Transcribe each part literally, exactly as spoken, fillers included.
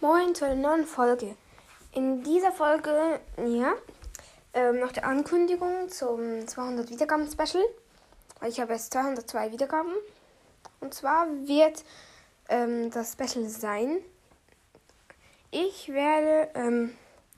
Moin zu einer neuen Folge. In dieser Folge, ja, ähm, noch die Ankündigung zum zweihundert Wiedergaben Special. Ich habe jetzt zweihundertzwei Wiedergaben. Und zwar wird ähm, das Special sein. Ich werde, ähm,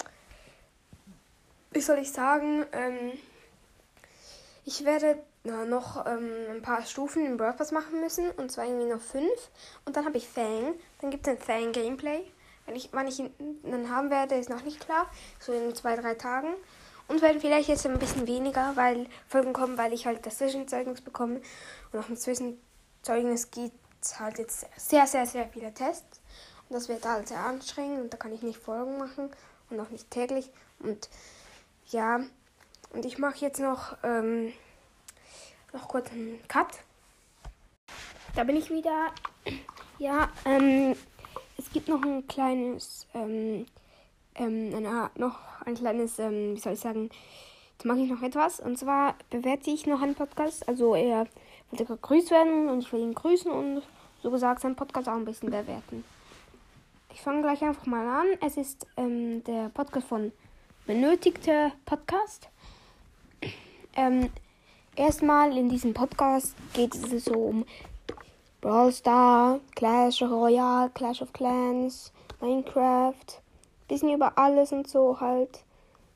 wie soll ich sagen, ähm, ich werde na, noch ähm, ein paar Stufen im Brawl Pass machen müssen. Und zwar irgendwie noch fünf. Und dann habe ich Fang. Dann gibt es ein Fang-Gameplay. Wenn ich, wann ich ihn dann haben werde, ist noch nicht klar. So in zwei, drei Tagen. Und werden vielleicht jetzt ein bisschen weniger, weil Folgen kommen, weil ich halt das Zwischenzeugnis bekomme. Und nach dem Zwischenzeugnis gibt es halt jetzt sehr, sehr, sehr viele Tests. Und das wird halt sehr anstrengend. Und da kann ich nicht Folgen machen. Und auch nicht täglich. Und ja. Und ich mache jetzt noch, ähm, noch kurz einen Cut. Da bin ich wieder. Ja, ähm... Es gibt noch ein kleines, ähm, ähm, eine, noch ein kleines, ähm, wie soll ich sagen, jetzt mache ich noch etwas. Und zwar bewerte ich noch einen Podcast. Also er wollte gegrüßt werden und ich will ihn grüßen und so gesagt seinen Podcast auch ein bisschen bewerten. Ich fange gleich einfach mal an. Es ist ähm, der Podcast von Benötigte Podcast. Ähm, erstmal in diesem Podcast geht es so um Brawl Stars, Clash Royale, Clash of Clans, Minecraft, bisschen über alles und so halt.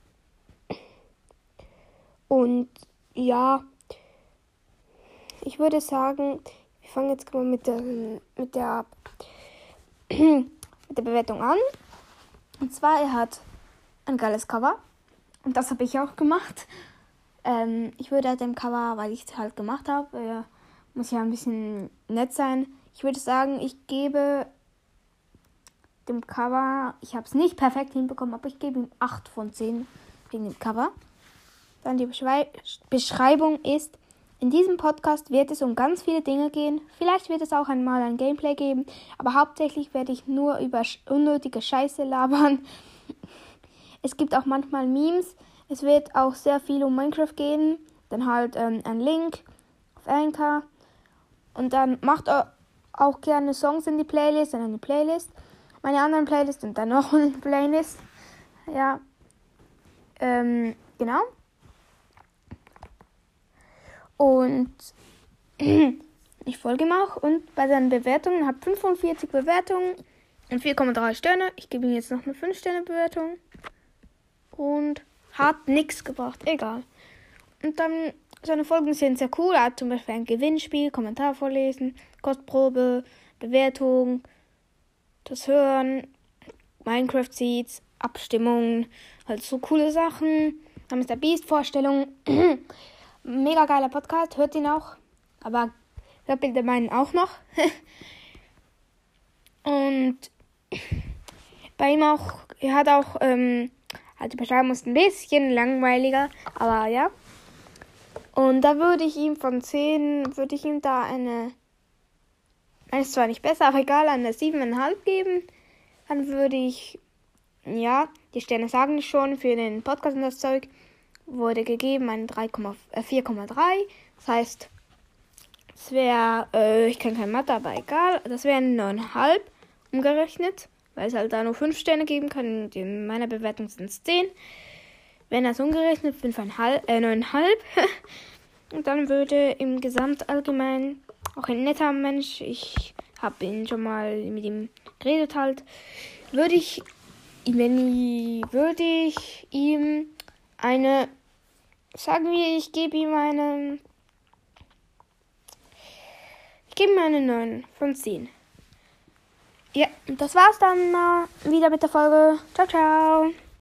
Und ja, ich würde sagen, wir fangen jetzt mal mit der, mit der, mit der Bewertung an. Und zwar, er hat ein geiles Cover. Und das habe ich auch gemacht. Ähm, ich würde dem Cover, weil ich es halt gemacht habe, äh, muss ja ein bisschen nett sein. Ich würde sagen, ich gebe dem Cover, ich habe es nicht perfekt hinbekommen, aber ich gebe ihm acht von zehn wegen dem Cover. Dann die Beschrei- Beschreibung ist, in diesem Podcast wird es um ganz viele Dinge gehen. Vielleicht wird es auch einmal ein Gameplay geben, aber hauptsächlich werde ich nur über unnötige Scheiße labern. Es gibt auch manchmal Memes. Es wird auch sehr viel um Minecraft gehen. Dann halt ähm, ein Link auf Anchor. Und dann macht auch gerne Songs in die Playlist, in eine Playlist. Meine anderen Playlists und dann noch eine Playlist. Ja. Ähm, genau. Und ich folge ihm auch. Und bei seinen Bewertungen habe fünfundvierzig Bewertungen und vier Komma drei Sterne. Ich gebe ihm jetzt noch eine fünf Sterne Bewertung. Und hat nichts gebracht. Egal. Und dann seine Folgen sind sehr cool. Er hat zum Beispiel ein Gewinnspiel, Kommentar vorlesen, Kostprobe, Bewertung, das Hören, Minecraft Seeds, Abstimmungen, halt so coole Sachen. Dann ist der Beast Vorstellung. Mega geiler Podcast, hört ihn auch. Aber hört bitte meinen auch noch. Und bei ihm auch, er hat auch, ähm, halt die Beschreibung ist ein bisschen langweiliger, aber ja. Und da würde ich ihm von zehn, würde ich ihm da eine, eine ist zwar nicht besser, aber egal, eine sieben Komma fünf geben. Dann würde ich, ja, die Sterne sagen schon, für den Podcast und das Zeug wurde gegeben eine vier Komma drei. Das heißt, es wäre, äh, ich kann kein Mathe, aber egal, das wären neun Komma fünf umgerechnet, weil es halt da nur fünf Sterne geben kann. In meiner Bewertung sind es zehn. Wenn das umgerechnet fünf Komma fünf, äh, neun Komma fünf. Und dann würde im Gesamt allgemein auch ein netter Mensch, ich habe ihn schon mal mit ihm geredet halt, würde ich, wenn ich, würde ich ihm eine, sagen wir, ich gebe ihm eine, ich gebe ihm eine neun von zehn. Ja, und das war's dann mal wieder mit der Folge. Ciao, ciao.